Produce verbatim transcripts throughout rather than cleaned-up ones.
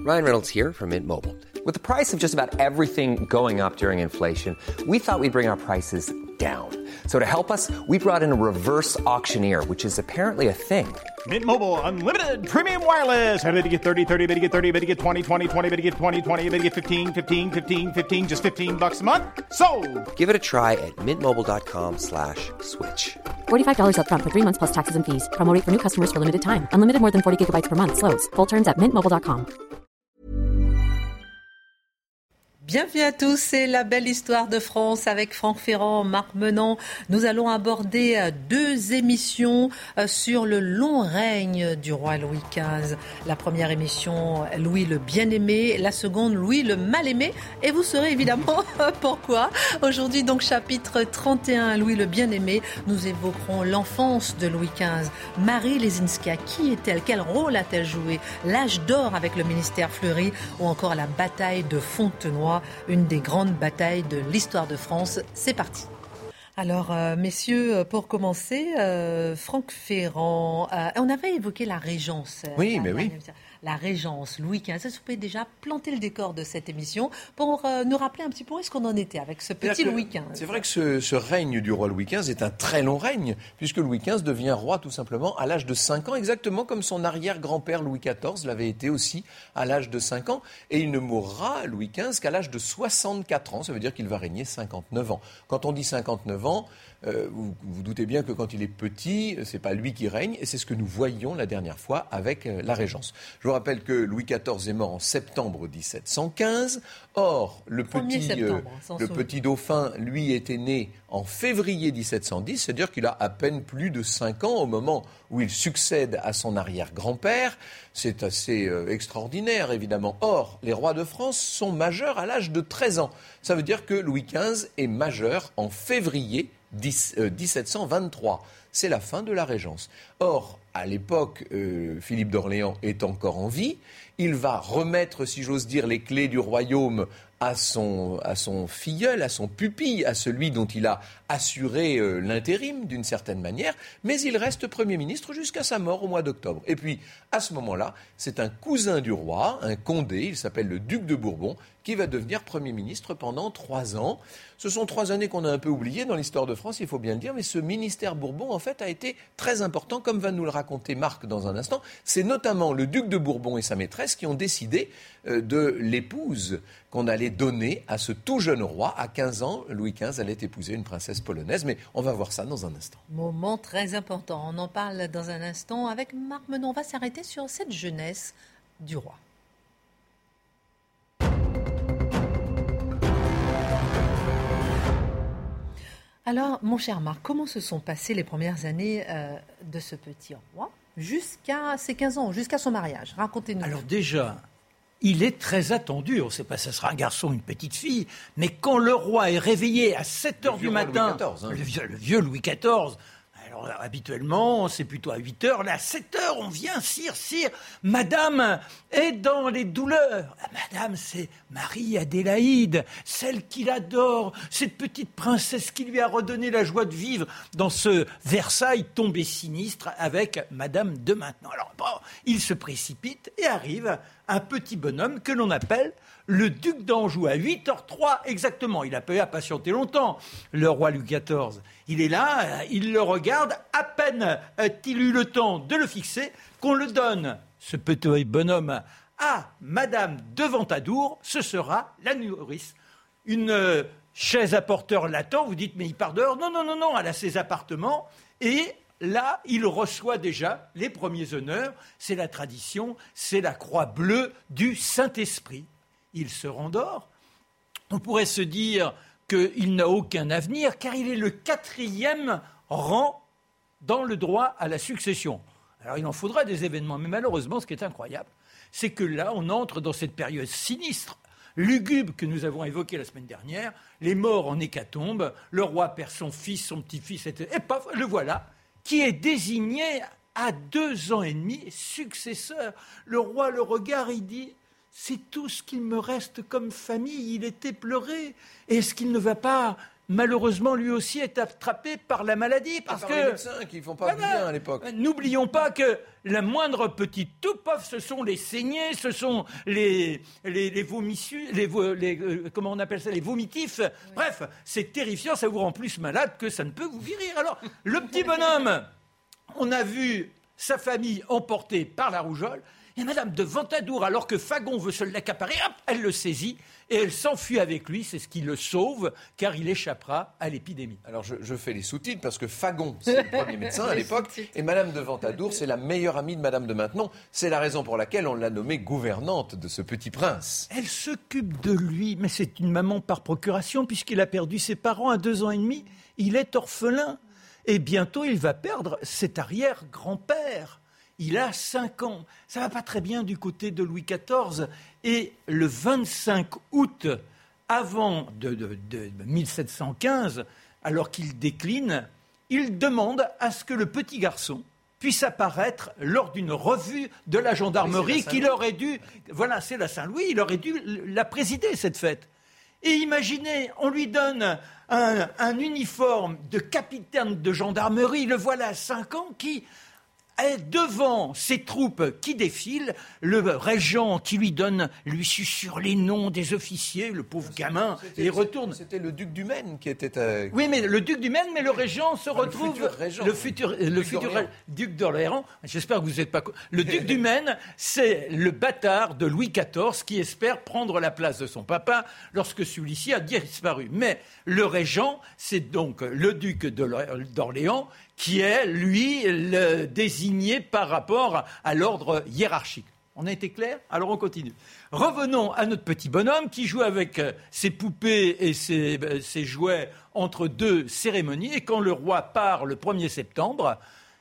Ryan Reynolds here from Mint Mobile. With the price of just about everything going up during inflation, we thought we'd bring our prices down. So to help us, we brought in a reverse auctioneer, which is apparently a thing. Mint Mobile Unlimited Premium Wireless. How to get thirty, thirty, how to get thirty, how to get twenty, twenty, twenty, how to get twenty, twenty, how to get fifteen, fifteen, fifteen, fifteen, just fifteen bucks a month? Sold! Give it a try at mintmobile.com slash switch. forty-five dollars up front for three months plus taxes and fees. Promo rate for new customers for limited time. Unlimited more than forty gigabytes per month. Slows full terms at mint mobile dot com. Bienvenue à tous, c'est la belle histoire de France avec Franck Ferrand, Marc Menant. Nous allons aborder deux émissions sur le long règne du roi Louis quinze. La première émission, Louis le bien-aimé, la seconde, Louis le mal-aimé. Et vous saurez évidemment pourquoi. Aujourd'hui, donc, chapitre trente et un, Louis le bien-aimé. Nous évoquerons l'enfance de Louis quinze. Marie Lesinska, qui est-elle? Quel rôle a-t-elle joué? L'âge d'or avec le ministère Fleury ou encore la bataille de Fontenoy, une des grandes batailles de l'histoire de France. C'est parti. Alors, euh, messieurs, pour commencer, euh, Franck Ferrand, euh, on avait évoqué la Régence. Oui, la, mais la, oui. La Régence, Louis quinze. Est-ce que vous pouvez déjà planter le décor de cette émission pour euh, nous rappeler un petit peu où est-ce qu'on en était avec ce petit Louis quinze? C'est vrai que ce, ce règne du roi Louis quinze est un très long règne, puisque Louis quinze devient roi tout simplement à l'âge de cinq ans, exactement comme son arrière-grand-père Louis quatorze l'avait été aussi à l'âge de cinq ans. Et il ne mourra, Louis quinze, qu'à l'âge de soixante-quatre ans. Ça veut dire qu'il va régner cinquante-neuf ans. Quand on dit cinquante-neuf ans, euh, vous vous doutez bien que quand il est petit, c'est pas lui qui règne, et c'est ce que nous voyions la dernière fois avec euh, la Régence. Je vous rappelle que Louis quatorze est mort en septembre dix-sept cent quinze. Or, le petit, euh, le petit dauphin, lui, était né en février dix-sept cent dix, c'est-à-dire qu'il a à peine plus de cinq ans au moment où il succède à son arrière-grand-père. C'est assez euh, extraordinaire, évidemment. Or, les rois de France sont majeurs à l'âge de treize ans. Ça veut dire que Louis quinze est majeur en février dix-sept cent vingt-trois. C'est la fin de la Régence. Or, à l'époque, euh, Philippe d'Orléans est encore en vie. Il va remettre, si j'ose dire, les clés du royaume à son, à son filleul, à son pupille, à celui dont il a assuré euh, l'intérim d'une certaine manière, mais il reste Premier ministre jusqu'à sa mort au mois d'octobre. Et puis, à ce moment-là, c'est un cousin du roi, un Condé, il s'appelle le duc de Bourbon, qui va devenir Premier ministre pendant trois ans. Ce sont trois années qu'on a un peu oubliées dans l'histoire de France, il faut bien le dire, mais ce ministère Bourbon, en fait, a été très important, comme va nous le raconter Marc dans un instant. C'est notamment le duc de Bourbon et sa maîtresse qui ont décidé euh, de l'épouse qu'on allait donner à ce tout jeune roi. À quinze ans, Louis quinze allait épouser une princesse polonaise, mais on va voir ça dans un instant. Moment très important, on en parle dans un instant avec Marc Menant. On va s'arrêter sur cette jeunesse du roi. Alors, mon cher Marc, comment se sont passées les premières années euh, de ce petit roi jusqu'à ses quinze ans, jusqu'à son mariage? Racontez-nous. Alors déjà, il est très attendu. On ne sait pas si ce sera un garçon ou une petite fille, mais quand le roi est réveillé à sept heures du matin, Louis quatorze, hein. le, vieux, le vieux Louis quatorze, alors habituellement, c'est plutôt à huit heures. Là, à sept heures, on vient, sire, sire, madame est dans les douleurs. Ah, madame, c'est Marie-Adélaïde, celle qu'il adore, cette petite princesse qui lui a redonné la joie de vivre dans ce Versailles tombé sinistre avec madame de maintenant. Alors, bon, il se précipite et arrive un petit bonhomme que l'on appelle le duc d'Anjou, à huit heures trois exactement. Il a pas eu à patienter longtemps, le roi Louis quatorze. Il est là, il le regarde, à peine a-t-il eu le temps de le fixer, qu'on le donne, ce petit bonhomme, à Madame de Ventadour, ce sera la nourrice. Une euh, chaise à porteur l'attend, vous dites, mais il part dehors. Non, non, non, non, elle a ses appartements, et là, il reçoit déjà les premiers honneurs. C'est la tradition, c'est la croix bleue du Saint-Esprit. Il se rendort. On pourrait se dire qu'il n'a aucun avenir, car il est le quatrième rang dans le droit à la succession. Alors il en faudra des événements, mais malheureusement, ce qui est incroyable, c'est que là, on entre dans cette période sinistre, lugubre que nous avons évoquée la semaine dernière, les morts en hécatombe, le roi perd son fils, son petit-fils, et paf, le voilà, qui est désigné à deux ans et demi successeur. Le roi le regarde, il dit... C'est tout ce qu'il me reste comme famille. Il était pleuré. Est-ce qu'il ne va pas malheureusement, lui aussi est attrapé par la maladie. Parce par que les médecins qui ne font pas voilà, bien à l'époque. N'oublions pas que la moindre petite tout pof, ce sont les saignées, ce sont les, les, les vomissus, les, les, euh, comment on appelle ça, les vomitifs. Oui. Bref, c'est terrifiant, ça vous rend plus malade que ça ne peut vous guérir. Alors, le petit bonhomme, on a vu sa famille emportée par la rougeole. Et Madame de Ventadour, alors que Fagon veut se l'accaparer, hop, elle le saisit et elle s'enfuit avec lui. C'est ce qui le sauve, car il échappera à l'épidémie. Alors je, je fais les sous-titres parce que Fagon, c'est le premier médecin à l'époque, et Madame de Ventadour, c'est la meilleure amie de Madame de Maintenon. C'est la raison pour laquelle on l'a nommée gouvernante de ce petit prince. Elle s'occupe de lui, mais c'est une maman par procuration, puisqu'il a perdu ses parents à deux ans et demi. Il est orphelin. Et bientôt, il va perdre cet arrière-grand-père. Il a cinq ans. Ça ne va pas très bien du côté de Louis quatorze. Et le vingt-cinq août, avant de, de, de mille sept cent quinze, alors qu'il décline, il demande à ce que le petit garçon puisse apparaître lors d'une revue de la gendarmerie oui, qu'il aurait dû... Voilà, c'est la Saint-Louis, il aurait dû la présider, cette fête. Et imaginez, on lui donne un, un uniforme de capitaine de gendarmerie, le voilà à cinq ans, qui... est devant ces troupes qui défilent, le régent qui lui donne, lui susurre les noms des officiers, le pauvre gamin, et retourne. C'était le duc du Maine qui était... Euh... Oui, mais le duc du Maine, mais le régent se enfin, retrouve... Le futur régent. Le futur, le duc futur d'Orléans. Duc d'Orléans. J'espère que vous n'êtes pas... Le duc du Maine, c'est le bâtard de Louis quatorze qui espère prendre la place de son papa lorsque celui-ci a disparu. Mais le régent, c'est donc le duc d'Orléans qui est, lui, le désigné par rapport à l'ordre hiérarchique. On a été clair ? Alors on continue. Revenons à notre petit bonhomme qui joue avec ses poupées et ses, ses jouets entre deux cérémonies. Et quand le roi part le premier septembre,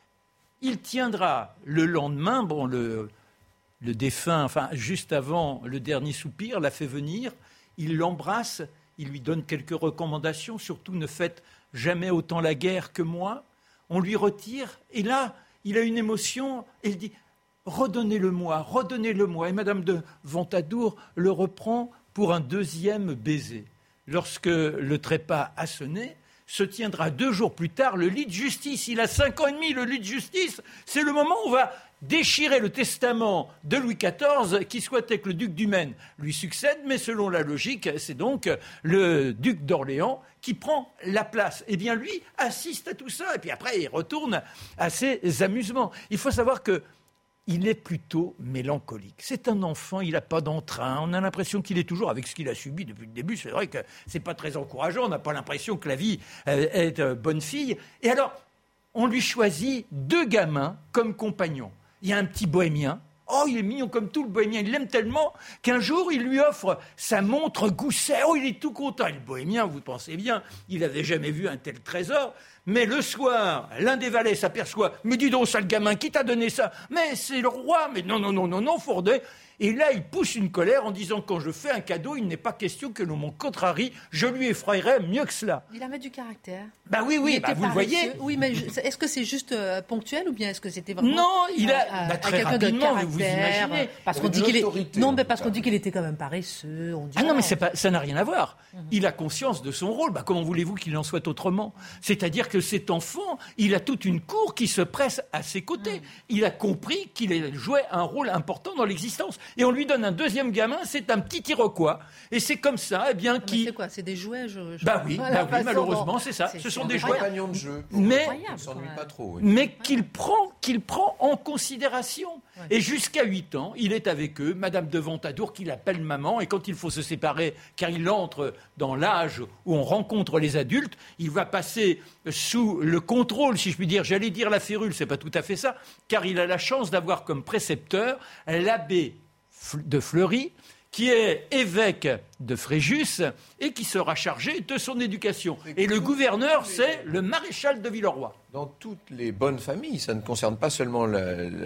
il tiendra le lendemain, bon, le, le défunt, enfin, juste avant le dernier soupir, l'a fait venir, il l'embrasse, il lui donne quelques recommandations, surtout ne faites jamais autant la guerre que moi. On lui retire, et là, il a une émotion, et il dit « redonnez-le-moi, redonnez-le-moi ». Et Madame de Ventadour le reprend pour un deuxième baiser. Lorsque le trépas a sonné, se tiendra deux jours plus tard le lit de justice. Il a cinq ans et demi, le lit de justice. C'est le moment où on va déchirer le testament de Louis quatorze qui souhaitait que le duc du Maine lui succède, mais selon la logique, c'est donc le duc d'Orléans qui prend la place. Eh bien, lui assiste à tout ça, et puis après, il retourne à ses amusements. Il faut savoir que il est plutôt mélancolique. C'est un enfant, il n'a pas d'entrain. On a l'impression qu'il est toujours avec ce qu'il a subi depuis le début. C'est vrai que c'est pas très encourageant. On n'a pas l'impression que la vie euh, est euh, bonne fille. Et alors, on lui choisit deux gamins comme compagnons. Il y a un petit bohémien. Oh, il est mignon comme tout, le bohémien. Il l'aime tellement qu'un jour, il lui offre sa montre Gousset. Oh, il est tout content. Et le bohémien, vous pensez bien, il n'avait jamais vu un tel trésor. Mais le soir, l'un des valets s'aperçoit « Mais dis donc, sale gamin, qui t'a donné ça ?»« Mais c'est le roi !»« Mais non, non, non, non, non, Fourdet !» Et là, il pousse une colère en disant « Quand je fais un cadeau, il n'est pas question que l'on m'en contrarie. Je lui effrayerai mieux que cela. » Il avait du caractère. Bah oui, oui, bah vous le voyez. Oui, mais je, est-ce que c'est juste euh, ponctuel ou bien est-ce que c'était vraiment... Non, il a euh, bah, très quelqu'un de rapidement, caractère, vous imaginez. Parce qu'on dit qu'il est... Non, mais parce qu'on dit qu'il était quand même paresseux. On dit, ah non, oh. mais c'est pas, ça n'a rien à voir. Mm-hmm. Il a conscience de son rôle. Bah, comment voulez-vous qu'il en soit autrement ? C'est-à-dire que cet enfant, il a toute une cour qui se presse à ses côtés. Mm. Il a compris qu'il jouait un rôle important dans l'existence. Et on lui donne un deuxième gamin, c'est un petit Iroquois. Et c'est comme ça, eh bien, qui... C'est quoi ? C'est des jouets je, je... Bah oui, bah oui malheureusement, c'est ça. C'est Ce sont des jouets. compagnons de jeu. Mais, on ne s'ennuie pas trop. Oui. Mais qu'il prend, qu'il prend en considération. Ouais. Et jusqu'à huit ans, il est avec eux, Madame de Ventadour qui l'appelle maman. Et quand il faut se séparer, car il entre dans l'âge où on rencontre les adultes, il va passer sous le contrôle, si je puis dire, j'allais dire la férule, c'est pas tout à fait ça, car il a la chance d'avoir comme précepteur l'abbé de Fleury, qui est évêque de Fréjus et qui sera chargé de son éducation. Et le gouverneur, c'est le maréchal de Villeroy. Dans toutes les bonnes familles, ça ne concerne pas seulement la, la,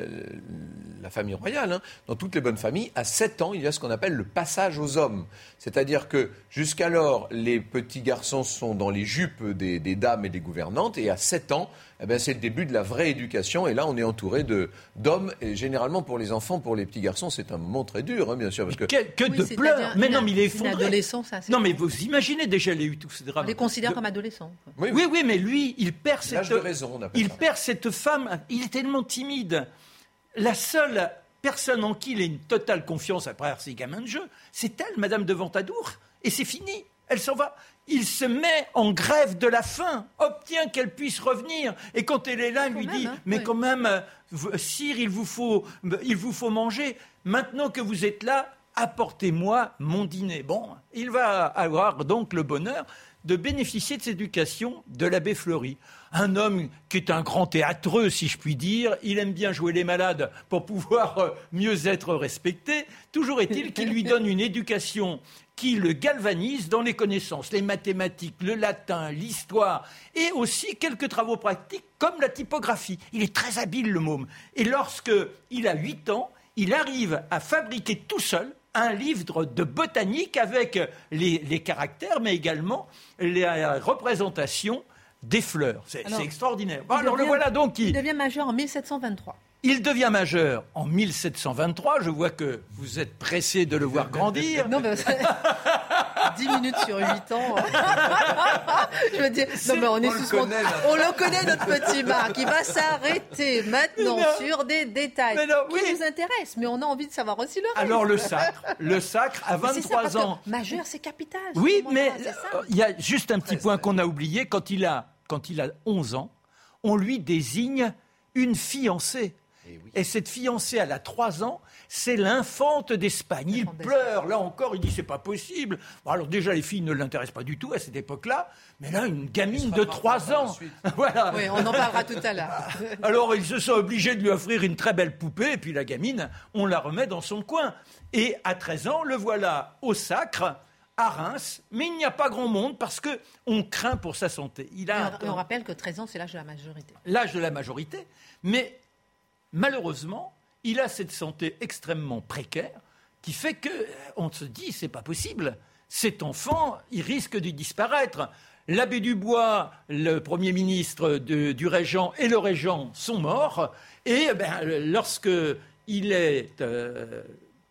la famille royale, hein. Dans toutes les bonnes familles, à sept ans, il y a ce qu'on appelle le passage aux hommes. C'est-à-dire que jusqu'alors, les petits garçons sont dans les jupes des, des dames et des gouvernantes, et à sept ans, eh bien, c'est le début de la vraie éducation, et là, on est entouré de, d'hommes, et généralement, pour les enfants, pour les petits garçons, c'est un moment très dur, hein, bien sûr. Parce que, que, que oui, de pleurs. Mais non, mais il est s'effondrer. Une adolescence, ça, c'est non, mais vous imaginez déjà, il a eu tous ces drames. On les considère de... comme adolescents. Oui, oui, oui, mais lui, il perd cette... L'âge de raison, on appelle il ça. perd cette femme. Il est tellement timide. La seule personne en qui il a une totale confiance à travers ses gamins de jeu, c'est elle, Madame de Ventadour. Et c'est fini. Elle s'en va. Il se met en grève de la faim, obtient qu'elle puisse revenir. Et quand elle est là, il lui même, dit, hein, mais oui. quand même, euh, sire, il vous faut, il vous faut manger. Maintenant que vous êtes là, apportez-moi mon dîner. Bon, il va avoir donc le bonheur de bénéficier de cette éducation de l'abbé Fleury. Un homme qui est un grand théâtreux, si je puis dire. Il aime bien jouer les malades pour pouvoir mieux être respecté. Toujours est-il qu'il lui donne une éducation qui le galvanise dans les connaissances, les mathématiques, le latin, l'histoire, et aussi quelques travaux pratiques comme la typographie. Il est très habile, le môme. Et lorsqu'il a huit ans, il arrive à fabriquer tout seul un livre de botanique avec les, les caractères, mais également les représentations des fleurs. C'est, Alors, c'est extraordinaire. Bon, il alors devient- le voilà donc qui... Il devient majeur en mille sept cent vingt-trois. Il devient majeur en mille sept cent vingt-trois. Je vois que vous êtes pressé de le voir grandir. Non, mais dix minutes sur huit ans. Je veux dire, non, mais on est on le sous son- connaît, là. On le connaît, notre petit Marc. Il va s'arrêter maintenant Mais non. sur des détails Mais non, qui oui. nous intéressent, mais on a envie de savoir aussi le reste. Alors le sacre, le sacre à Mais c'est ça, parce vingt-trois que ans. majeur, c'est capital. ce Oui, moment-là, mais c'est ça. euh, il y a juste un petit point qu'on a oublié. Quand il a, quand il a onze ans, on lui désigne une fiancée. Eh oui. Et cette fiancée, elle a trois ans, c'est l'infante d'Espagne. Il L'infante pleure, là encore, il dit c'est pas possible. Bon, alors déjà, les filles ne l'intéressent pas du tout à cette époque-là, mais là, une gamine de trois ans. Voilà. Oui, on en parlera tout à l'heure. Alors, ils se sont obligés de lui offrir une très belle poupée, et puis la gamine, on la remet dans son coin. Et à treize ans, le voilà au sacre, à Reims, mais il n'y a pas grand monde parce qu'on craint pour sa santé. Il a Et on rappelle que treize ans, c'est l'âge de la majorité. l'âge de la majorité, mais malheureusement, il a cette santé extrêmement précaire qui fait qu'on se dit, c'est pas possible, cet enfant, il risque de disparaître. L'abbé Dubois, le Premier ministre de- du Régent et le Régent sont morts, et ben, lorsque il est euh,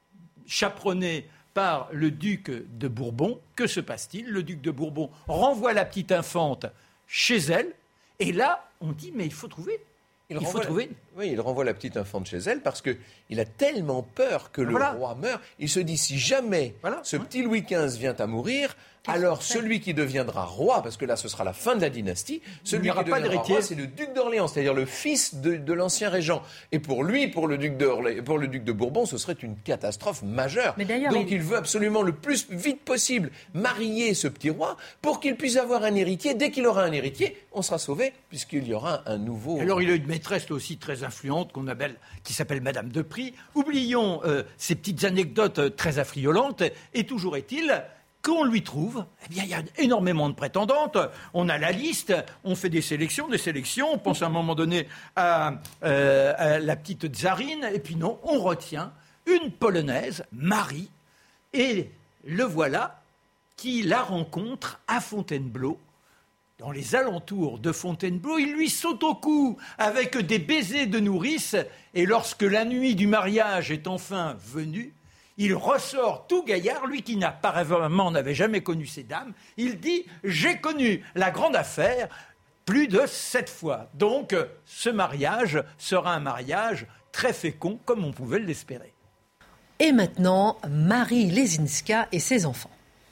chaperonné par le duc de Bourbon, que se passe-t-il ? Le duc de Bourbon renvoie la petite infante chez elle, et là, on dit, mais il faut trouver... Il, faut renvoie trouver... La... Oui, il renvoie la petite infante chez elle parce qu'il a tellement peur que le Voilà. roi meure. Il se dit, si jamais Voilà. ce petit Louis quinze vient à mourir, alors celui qui deviendra roi, parce que là ce sera la fin de la dynastie, celui n'y aura qui pas deviendra d'héritier. roi, c'est le duc d'Orléans, c'est-à-dire le fils de, de l'ancien régent. Et pour lui, pour le, duc d'Orlé... pour le duc de Bourbon, ce serait une catastrophe majeure. Mais d'ailleurs, Donc il- il veut absolument le plus vite possible marier ce petit roi pour qu'il puisse avoir un héritier. Dès qu'il aura un héritier, on sera sauvé puisqu'il y aura un nouveau... Alors, il a une maîtresse là aussi très influente qu'on appelle, qui s'appelle Madame de Prie. Oublions euh, ces petites anecdotes euh, très affriolantes. Et toujours est-il qu'on lui trouve, eh bien, il y a énormément de prétendantes. On a la liste, on fait des sélections, des sélections. On pense à un moment donné à, euh, à la petite tsarine. Et puis non, on retient une Polonaise, Marie. Et le voilà qui la rencontre à Fontainebleau. Dans les alentours de Fontainebleau, il lui saute au cou avec des baisers de nourrice. Et lorsque la nuit du mariage est enfin venue, il ressort tout gaillard, lui qui n'apparemment n'avait jamais connu ces dames. Il dit « J'ai connu la grande affaire plus de sept fois ». Donc, ce mariage sera un mariage très fécond, comme on pouvait l'espérer. Et maintenant, Marie Lesinska et ses enfants.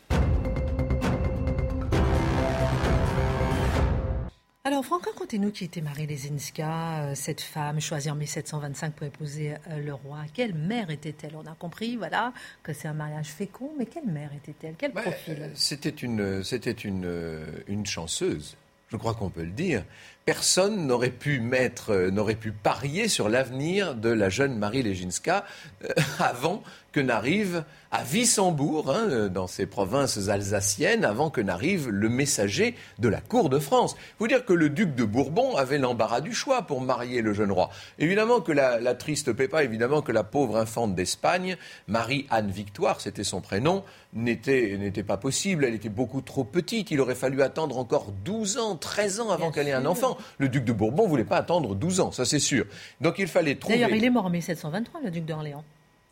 Alors, Franck, racontez-nous qui était Marie Lesinska, euh, cette femme choisie en mille sept cent vingt-cinq pour épouser euh, le roi. Quelle mère était-elle ? On a compris, voilà, que c'est un mariage fécond, mais quelle mère était-elle ? Quel Ouais, profil ? euh, C'était une, c'était une, euh, une chanceuse. Je crois qu'on peut le dire. Personne n'aurait pu mettre, euh, n'aurait pu parier sur l'avenir de la jeune Marie Lesinska euh, avant que n'arrive à Wissembourg, hein, euh, dans ces provinces alsaciennes, avant que n'arrive le messager de la cour de France. Il faut dire que le duc de Bourbon avait l'embarras du choix pour marier le jeune roi. Évidemment que la, la triste Pépa, évidemment que la pauvre infante d'Espagne, Marie-Anne Victoire, c'était son prénom, n'était, n'était pas possible. Elle était beaucoup trop petite. Il aurait fallu attendre encore douze ans, treize ans avant Bien qu'elle ait un sûr. enfant. Le duc de Bourbon ne voulait pas attendre douze ans, ça c'est sûr. Donc il fallait trouver... D'ailleurs, il est mort en mille sept cent vingt-trois, le duc d'Orléans.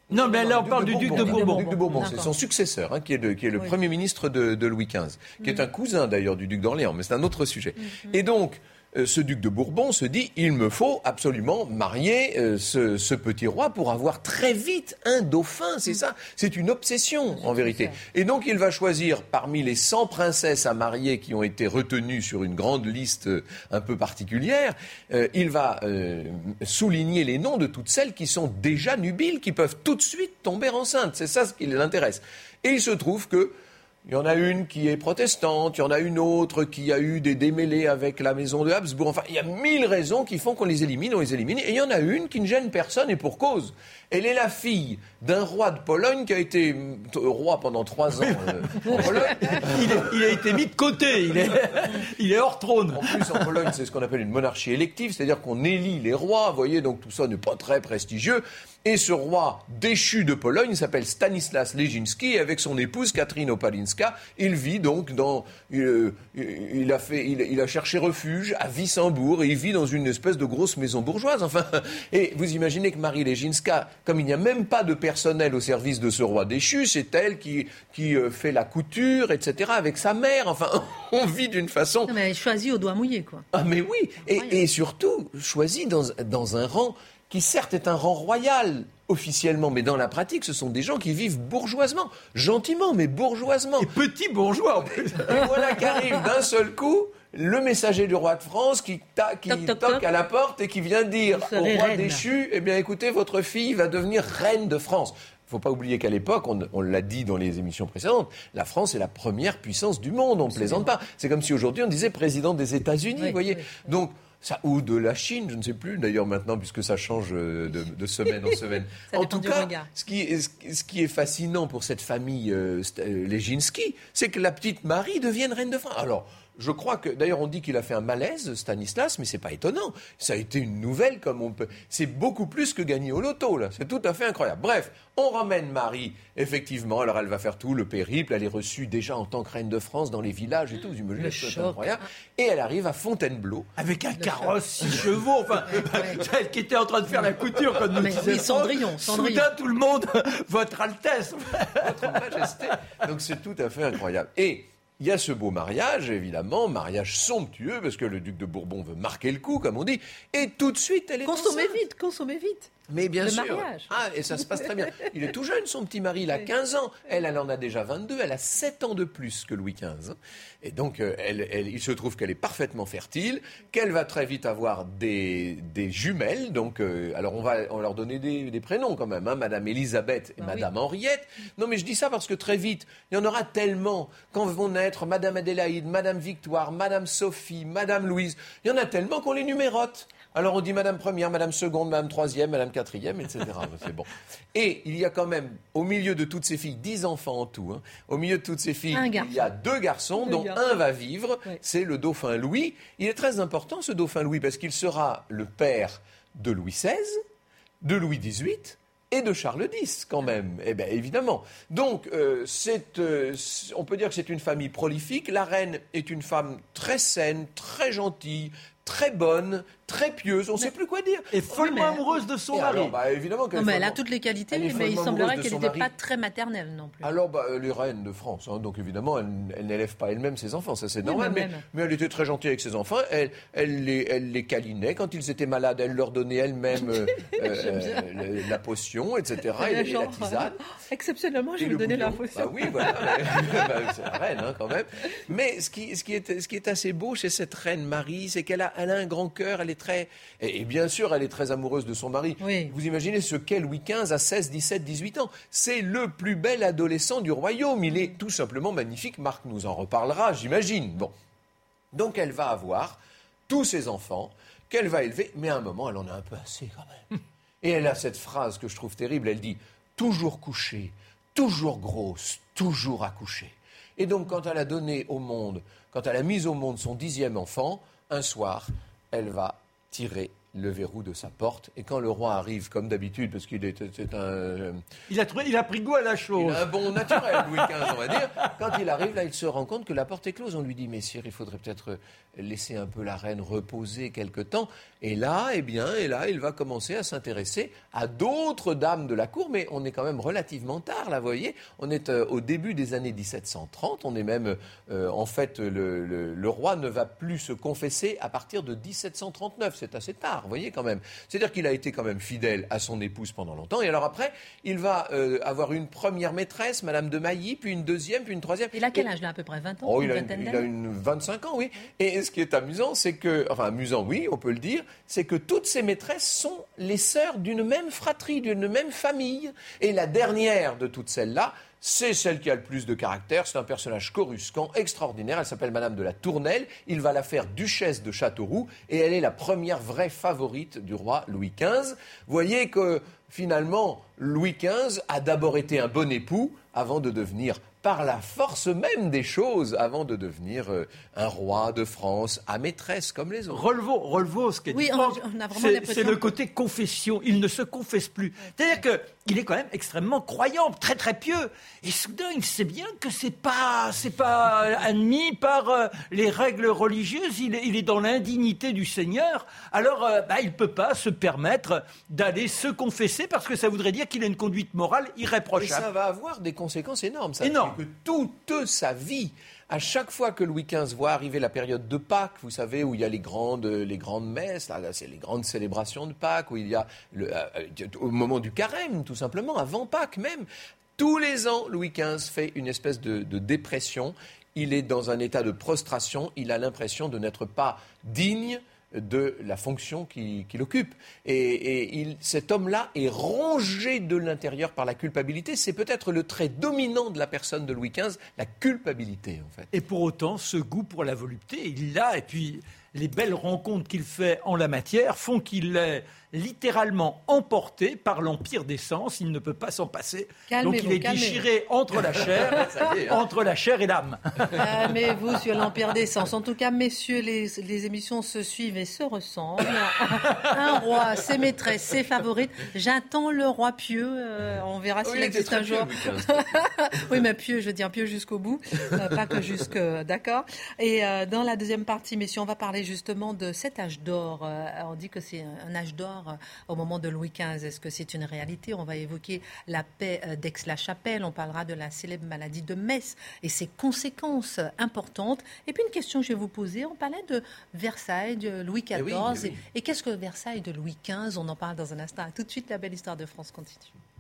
Non, mais là, on parle du duc de Bourbon. Le duc de Bourbon, c'est son successeur, hein, qui est, de, qui est le oui. Premier ministre de, de Louis quinze, qui mmh. est un cousin d'ailleurs du duc d'Orléans, mais c'est un autre sujet. Mmh. Et donc, euh, ce duc de Bourbon se dit, il me faut absolument marier euh, ce, ce petit roi pour avoir très vite un dauphin, c'est mmh. ça, c'est une obsession en vérité. Et donc, il va choisir parmi les cent princesses à marier qui ont été retenues sur une grande liste euh, un peu particulière, euh, il va euh, souligner les noms de toutes celles qui sont déjà nubiles, qui peuvent tout de suite tomber enceintes. C'est ça ce qui les intéresse. Et il se trouve que il y en a une qui est protestante, il y en a une autre qui a eu des démêlés avec la maison de Habsbourg. Enfin, il y a mille raisons qui font qu'on les élimine, on les élimine. Et il y en a une qui ne gêne personne, et pour cause. Elle est la fille d'un roi de Pologne qui a été roi pendant trois ans euh, en Pologne. Il, est, il a été mis de côté, il est, il est hors trône. En plus, en Pologne, c'est ce qu'on appelle une monarchie élective, c'est-à-dire qu'on élit les rois, vous voyez, donc tout ça n'est pas très prestigieux. Et ce roi déchu de Pologne s'appelle Stanislas Leszczyński, et avec son épouse Catherine Opalinska, il vit donc dans... Il, il, a, fait, il, il a cherché refuge à Wissembourg, et il vit dans une espèce de grosse maison bourgeoise. Enfin, et vous imaginez que Marie Leszczyńska, comme il n'y a même pas de personnel au service de ce roi déchu, c'est elle qui, qui fait la couture, et cetera, avec sa mère. Enfin, on vit d'une façon... Non, mais elle est choisie au doigt mouillé, quoi. Ah mais oui, et, et surtout, choisie dans, dans un rang... qui certes est un rang royal officiellement, mais dans la pratique, ce sont des gens qui vivent bourgeoisement, gentiment, mais bourgeoisement. Et petits bourgeois, en plus. Et voilà qu'arrive d'un seul coup le messager du roi de France qui, ta, qui toc, toc, toque toc. à la porte et qui vient dire au roi reine. déchu, eh bien écoutez, votre fille va devenir reine de France. Il ne faut pas oublier qu'à l'époque, on, on l'a dit dans les émissions précédentes, la France est la première puissance du monde, on ne plaisante pas. C'est comme si aujourd'hui on disait président des États-Unis, vous oui, voyez. Oui, oui. Donc, ça, ou de la Chine, je ne sais plus d'ailleurs maintenant, puisque ça change de, de semaine en semaine. En tout cas, ce qui, est, ce qui est fascinant pour cette famille euh, Leszczyński, c'est que la petite Marie devienne reine de France. Alors, je crois que, d'ailleurs, on dit qu'il a fait un malaise, Stanislas, mais c'est pas étonnant. Ça a été une nouvelle comme on peut. C'est beaucoup plus que gagner au loto, là. C'est tout à fait incroyable. Bref, on ramène Marie, effectivement. Alors, elle va faire tout le périple. Elle est reçue déjà en tant que reine de France dans les villages et tout. Vous imaginez, c'est incroyable. Et elle arrive à Fontainebleau. Avec un carrosse, six chevaux. Enfin, elle qui était en train de faire la couture, comme nous mais disait. Oui, Cendrillon, Cendrillon. Soudain, tout le monde, votre Altesse. Votre Majesté. Donc, c'est tout à fait incroyable. Et il y a ce beau mariage, évidemment, mariage somptueux, parce que le duc de Bourbon veut marquer le coup, comme on dit, et tout de suite, elle est Consommez enceinte. vite, consommez vite. Mais bien le sûr. Mariage. Ah, et ça se passe très bien. Il est tout jeune, son petit mari, il a quinze ans. Elle, elle en a déjà vingt-deux. Elle a sept ans de plus que Louis quinze. Et donc, euh, elle, elle, il se trouve qu'elle est parfaitement fertile, qu'elle va très vite avoir des, des jumelles. Donc, euh, alors, on va on leur donner des, des prénoms quand même, hein, Madame Elisabeth et ah, Madame oui. Henriette. Non, mais je dis ça parce que très vite, il y en aura tellement. Quand vont naître Madame Adélaïde, Madame Victoire, Madame Sophie, Madame Louise, il y en a tellement qu'on les numérote. Alors on dit Madame Première, Madame Seconde, Madame Troisième, Madame Quatrième, et cetera. C'est bon. Et il y a quand même, au milieu de toutes ces filles, dix enfants en tout, hein, au milieu de toutes ces filles, il y a deux garçons, deux dont garçons. un va vivre, oui. c'est le dauphin Louis. Il est très important ce dauphin Louis, parce qu'il sera le père de Louis seize, de Louis dix-huit, et de Charles dix, quand même. Eh bien, évidemment. Donc, euh, c'est, euh, on peut dire que c'est une famille prolifique. La reine est une femme très saine, très gentille, très bonne, très pieuse, on ne sait plus quoi dire. Et follement mais... amoureuse de son mari. Alors, bah, évidemment qu'elle non, mais follement... elle a toutes les qualités, mais il semblerait qu'elle n'était pas très maternelle non plus. Alors, bah, elle est reine de France, hein, donc évidemment, elle, elle n'élève pas elle-même ses enfants, ça c'est oui, normal, mais, mais elle était très gentille avec ses enfants, elle, elle, les, elle les câlinait, quand ils étaient malades, elle leur donnait elle-même euh, euh, la potion, et cetera, et, et la tisane. Exceptionnellement, je vais donner la potion. Bah oui, voilà, c'est la reine, hein, quand même. Mais ce qui, ce, qui est, ce qui est assez beau chez cette reine Marie, c'est qu'elle a, elle a un grand cœur, elle est très... Et, et bien sûr, elle est très amoureuse de son mari. Oui. Vous imaginez ce qu'est Louis quinze à seize, dix-sept, dix-huit ans. C'est le plus bel adolescent du royaume. Il est tout simplement magnifique. Marc nous en reparlera, j'imagine. Bon. Donc, elle va avoir tous ses enfants qu'elle va élever. Mais à un moment, elle en a un peu assez quand même. Et elle a cette phrase que je trouve terrible. Elle dit « toujours couchée, toujours grosse, toujours accouchée ». Et donc, quand elle a donné au monde, quand elle a mis au monde son dixième enfant, un soir, elle va tirer le verrou de sa porte. Et quand le roi arrive, comme d'habitude, parce qu'il est, c'est un... Euh, il, a trouvé, il a pris goût à la chose. Il a un bon naturel, Louis quinze, on va dire. Quand il arrive, là, il se rend compte que la porte est close. On lui dit, messire, il faudrait peut-être laisser un peu la reine reposer quelque temps. Et là, eh bien, et là, il va commencer à s'intéresser à d'autres dames de la cour. Mais on est quand même relativement tard, là, vous voyez. On est euh, au début des années dix-sept cent trente. On est même, euh, en fait, le, le, le roi ne va plus se confesser à partir de dix-sept cent trente-neuf. C'est assez tard. Vous voyez quand même. C'est-à-dire qu'il a été quand même fidèle à son épouse pendant longtemps. Et alors après, il va euh, avoir une première maîtresse, Madame de Mailly, puis une deuxième, puis une troisième. Il a quel âge là, à peu près vingt ans? Oh, une il, a vingtaine une, il a une vingt-cinq ans, oui. Et ce qui est amusant, c'est que, enfin amusant, oui, on peut le dire, c'est que toutes ces maîtresses sont les sœurs d'une même fratrie, d'une même famille. Et la dernière de toutes celles-là, c'est celle qui a le plus de caractère. C'est un personnage coruscant, extraordinaire. Elle s'appelle Madame de la Tournelle. Il va la faire duchesse de Châteauroux. Et elle est la première vraie favorite du roi Louis quinze. Vous voyez que, finalement, Louis quinze a d'abord été un bon époux avant de devenir, par la force même des choses, avant de devenir euh, un roi de France à maîtresse comme les autres. Relevons, relevons ce qu'est oui, dit on, Franck. on a vraiment c'est, l'impression c'est le côté confession. Il ne se confesse plus. C'est-à-dire qu'il est quand même extrêmement croyant, très très pieux. Et soudain, il sait bien que c'est pas, c'est pas admis par euh, les règles religieuses. Il est, il est dans l'indignité du Seigneur. Alors, euh, bah, il ne peut pas se permettre d'aller se confesser parce que ça voudrait dire qu'il a une conduite morale irréprochable. Et ça va avoir des conséquences énormes. Ça Énorme. fait que toute sa vie, à chaque fois que Louis quinze voit arriver la période de Pâques, vous savez, où il y a les grandes, les grandes messes, là, là, c'est les grandes célébrations de Pâques, où il y a, le, euh, au moment du carême, tout simplement, avant Pâques même, tous les ans, Louis quinze fait une espèce de, de dépression. Il est dans un état de prostration. Il a l'impression de n'être pas digne de la fonction qu'il, qu'il occupe. Et, et il, cet homme-là est rongé de l'intérieur par la culpabilité. C'est peut-être le trait dominant de la personne de Louis quinze, la culpabilité, en fait. Et pour autant, ce goût pour la volupté, il l'a. Et puis, les belles rencontres qu'il fait en la matière font qu'il est littéralement emporté par l'empire des sens. Il ne peut pas s'en passer. Calmez-vous, donc il est calmez-vous. déchiré entre la chair, est, hein. entre la chair et l'âme. Calmez-vous sur l'empire des sens. En tout cas, messieurs, les, les émissions se suivent et se ressemblent. Un roi, ses maîtresses, ses favorites. J'attends le roi pieux. Euh, on verra s'il Oui, existe un pieux, jour. Louis quinze. Oui, mais pieux, je veux dire pieux jusqu'au bout, euh, pas que jusque, d'accord. Et euh, dans la deuxième partie, messieurs, on va parler justement de cet âge d'or. Euh, on dit que c'est un, un âge d'or euh, au moment de Louis quinze. Est-ce que c'est une réalité? On va évoquer la paix euh, d'Aix-la-Chapelle. On parlera de la célèbre maladie de Metz et ses conséquences importantes. Et puis une question que je vais vous poser. On parlait de Versailles, de Louis quatorze. Eh oui, eh oui. Et, et qu'est-ce que Versailles de Louis quinze? On en parle dans un instant. Tout de suite, la belle histoire de France continue.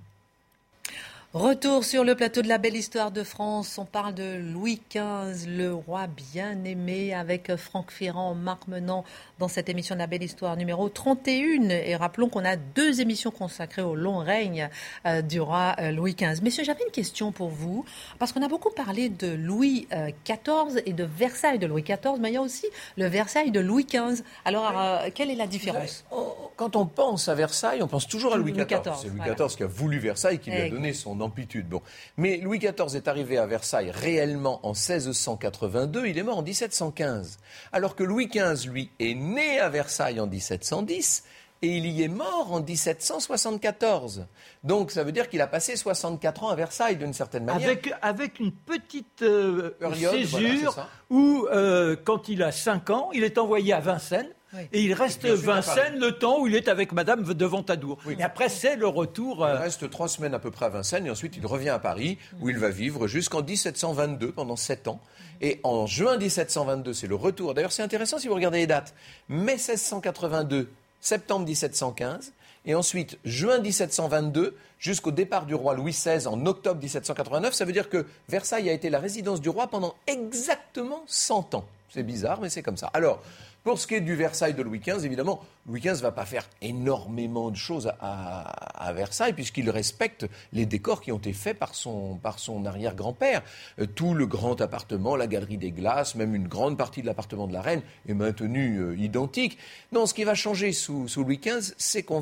Retour sur le plateau de la belle histoire de France. On parle de Louis quinze, le roi bien-aimé, avec Franck Ferrand, Marc Menant, dans cette émission de la belle histoire numéro trente et un. Et rappelons qu'on a deux émissions consacrées au long règne euh, du roi euh, Louis quinze. Messieurs, j'avais une question pour vous, parce qu'on a beaucoup parlé de Louis euh, quatorze et de Versailles de Louis quatorze, mais il y a aussi le Versailles de Louis quinze. Alors, euh, quelle est la différence? Quand on pense à Versailles, on pense toujours à Louis Louis quatorze. quatorze, C'est Louis voilà. quatorze qui a voulu Versailles, qui lui a Exact. donné son amplitude. Bon. Mais Louis quatorze est arrivé à Versailles réellement en seize cent quatre-vingt-deux, il est mort en dix-sept cent quinze. Alors que Louis quinze, lui, est né à Versailles en dix-sept cent dix et il y est mort en dix-sept cent soixante-quatorze. Donc ça veut dire qu'il a passé soixante-quatre ans à Versailles d'une certaine manière. Avec, avec une petite euh, Période, voilà, césure c'est ça. où, euh, quand il a cinq ans, il est envoyé à Vincennes. Oui. Et il reste Et puis ensuite à Vincennes Paris. le temps où il est avec Madame de Ventadour. Oui. Et après, c'est le retour. Il euh, reste trois semaines à peu près à Vincennes et ensuite il revient à Paris où il va vivre jusqu'en dix-sept cent vingt-deux pendant sept ans. Et en juin dix-sept cent vingt-deux, c'est le retour. D'ailleurs, c'est intéressant si vous regardez les dates. Mai seize cent quatre-vingt-deux, septembre dix-sept cent quinze. Et ensuite, juin dix-sept cent vingt-deux, jusqu'au départ du roi Louis seize en octobre dix-sept cent quatre-vingt-neuf. Ça veut dire que Versailles a été la résidence du roi pendant exactement cent ans. C'est bizarre, mais c'est comme ça. Alors, pour ce qui est du Versailles de Louis quinze, évidemment, Louis quinze ne va pas faire énormément de choses à, à, à Versailles, puisqu'il respecte les décors qui ont été faits par son, par son arrière-grand-père. Euh, tout le grand appartement, la galerie des glaces, même une grande partie de l'appartement de la reine est maintenue euh, identique. Non, ce qui va changer sous, sous Louis quinze, c'est qu'on va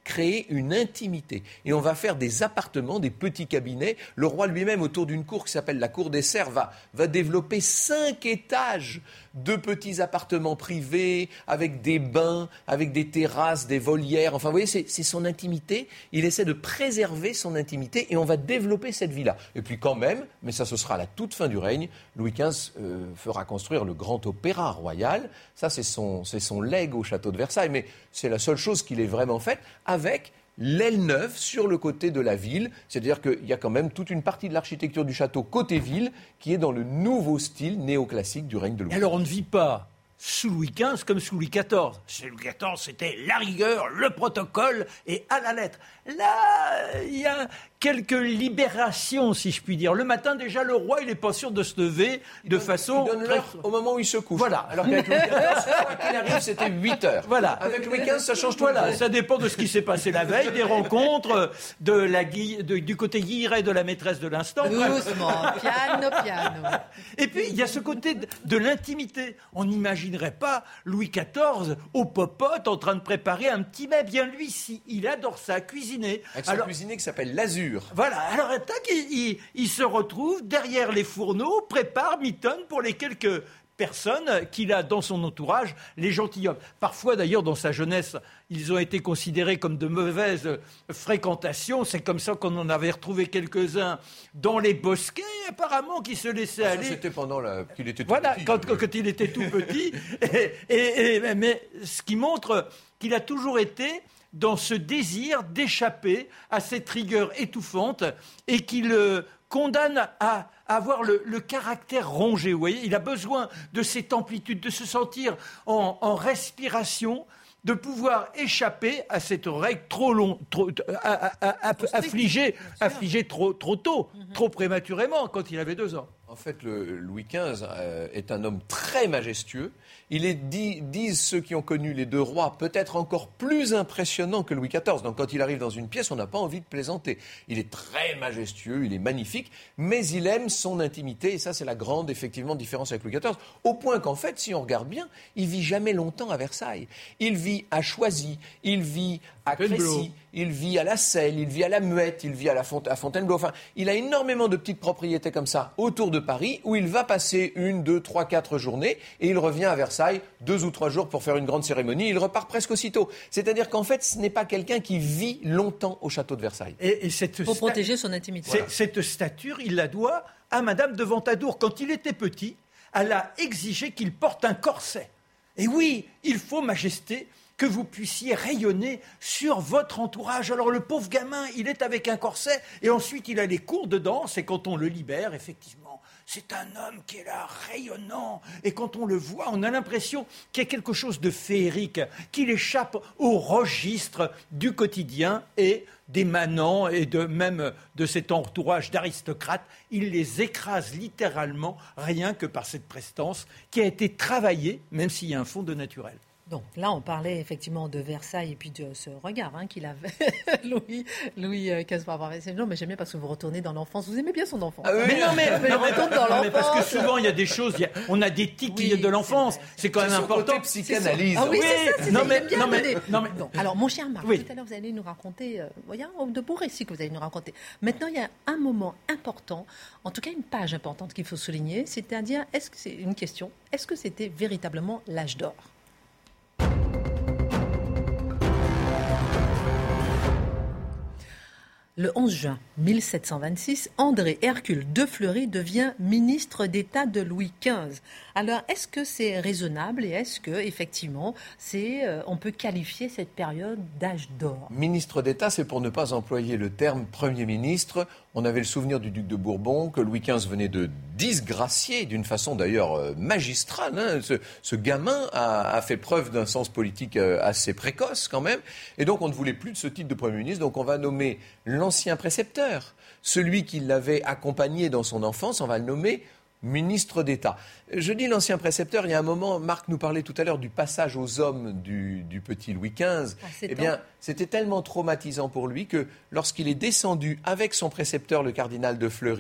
créer une intimité. Et on va faire des appartements, des petits cabinets. Le roi lui-même, autour d'une cour qui s'appelle la cour des serfs, va, va développer cinq étages de petits appartements privés, avec des bains, avec des terrasses, des volières. Enfin, vous voyez, c'est, c'est son intimité. Il essaie de préserver son intimité et on va développer cette vie-là. Et puis quand même, mais ça ce sera à la toute fin du règne, Louis quinze euh, fera construire le grand opéra royal. Ça, c'est son, c'est son legs au château de Versailles. Mais c'est la seule chose qu'il ait vraiment faite avec l'aile neuve sur le côté de la ville. C'est-à-dire qu'il y a quand même toute une partie de l'architecture du château côté ville qui est dans le nouveau style néoclassique du règne de Louis quinze. Alors on ne vit pas sous Louis quinze comme sous Louis quatorze. Chez Louis quatorze, c'était la rigueur, le protocole et à la lettre. Là, il y a quelques libérations, si je puis dire. Le matin, déjà, le roi, il n'est pas sûr de se lever il de donne, façon... Il donne l'heure au moment où il se couche. Voilà. Alors qu'avec Louis quatorze, quoi qu'il arrive, c'était huit heures. Voilà. Avec Louis quinze, ça change tout. Voilà, ça dépend de ce qui s'est passé la veille, des rencontres, de la gui... de, du côté guilleret de la maîtresse de l'instant. Doucement, piano, piano. Et puis, il y a ce côté de, de l'intimité. On n'imaginerait pas Louis quatorze au popote en train de préparer un petit mets. Bien lui, si, il adore ça, cuisiner. Avec son Alors, cuisinier qui s'appelle l'Azur. Voilà, alors tac, il, il, il se retrouve derrière les fourneaux, prépare, mitonne pour les quelques personnes qu'il a dans son entourage, les gentilshommes. Parfois, d'ailleurs, dans sa jeunesse, ils ont été considérés comme de mauvaises fréquentations. C'est comme ça qu'on en avait retrouvé quelques-uns dans les bosquets, apparemment, qui se laissaient Ça, aller. C'était pendant la... qu'il était tout Voilà, petit. quand, quand il était tout petit. et, et, et, mais ce qui montre qu'il a toujours été dans ce désir d'échapper à cette rigueur étouffante et qu'il euh, condamne à avoir le, le caractère rongé. Vous voyez, il a besoin de cette amplitude, de se sentir en, en respiration, de pouvoir échapper à cette règle trop longue, trop, à, à, à, affligée, affligée trop, trop tôt, mm-hmm. trop prématurément, quand il avait deux ans. En fait, le Louis quinze euh, est un homme très majestueux. Il est, dit, disent ceux qui ont connu les deux rois, peut-être encore plus impressionnant que Louis quatorze. Donc quand il arrive dans une pièce, on n'a pas envie de plaisanter. Il est très majestueux, il est magnifique, mais il aime son intimité. Et ça, c'est la grande, effectivement, différence avec Louis quatorze. Au point qu'en fait, si on regarde bien, il vit jamais longtemps à Versailles. Il vit à Choisy, il vit à Crécy, il vit à la Selle, il vit à la Muette, il vit à, la Font- à Fontainebleau. Enfin, il a énormément de petites propriétés comme ça autour de Paris où il va passer une, deux, trois, quatre journées et il revient à Versailles deux ou trois jours pour faire une grande cérémonie. Il repart presque aussitôt. C'est-à-dire qu'en fait, ce n'est pas quelqu'un qui vit longtemps au château de Versailles. Et, et cette Pour sta- protéger son intimité. c'est- Voilà. Cette stature, il la doit à Madame de Ventadour. Quand il était petit, elle a exigé qu'il porte un corset. Et oui, il faut, Majesté, que vous puissiez rayonner sur votre entourage. Alors le pauvre gamin, il est avec un corset et ensuite il a les cours de danse et quand on le libère, effectivement, c'est un homme qui est là, rayonnant. Et quand on le voit, on a l'impression qu'il y a quelque chose de féerique, qu'il échappe au registre du quotidien et des manants et de, même de cet entourage d'aristocrates. Il les écrase littéralement rien que par cette prestance qui a été travaillée, même s'il y a un fond de naturel. Donc là, on parlait effectivement de Versailles et puis de ce regard hein, qu'il avait, Louis, Louis quinze par rapport à Versailles. Non, mais j'aime bien parce que vous retournez dans l'enfance. Vous aimez bien son enfance. Ah oui, Mais non, mais, mais non, mais- retourne dans non, mais parce que l'enfance. souvent il y a des choses, il y a- on a des tics Oui, de l'enfance. c'est vrai. C'est quand même C'est son important. côté psychanalyse. Ah oui, Oui, c'est ça. C'est non, ça, mais- j'aime bien non, mais- donner. non, mais- Bon, alors, mon cher Marc, Oui. tout à l'heure, vous allez nous raconter, euh, il y a de beaux récits que vous allez nous raconter. Maintenant, il y a un moment important, en tout cas une page importante qu'il faut souligner, c'est-à-dire, est-ce que c'est une question, est-ce que c'était véritablement l'âge d'or ? Le onze juin mille sept cent vingt-six, André Hercule de Fleury devient ministre d'État de Louis quinze. Alors, est-ce que c'est raisonnable et est-ce que effectivement, c'est, euh, on peut qualifier cette période d'âge d'or ? Ministre d'État, c'est pour ne pas employer le terme Premier ministre. On avait le souvenir du duc de Bourbon que Louis quinze venait de disgracier d'une façon d'ailleurs euh, magistrale. Hein. Ce, ce gamin a, a fait preuve d'un sens politique euh, assez précoce quand même. Et donc on ne voulait plus de ce titre de Premier ministre. Donc on va nommer l'ancien précepteur, celui qui l'avait accompagné dans son enfance, on va le nommer ministre d'État. Je dis l'ancien précepteur, il y a un moment, Marc nous parlait tout à l'heure du passage aux hommes du, du petit Louis quinze. À sept Eh bien, ans. c'était tellement traumatisant pour lui que lorsqu'il est descendu avec son précepteur, le cardinal de Fleury,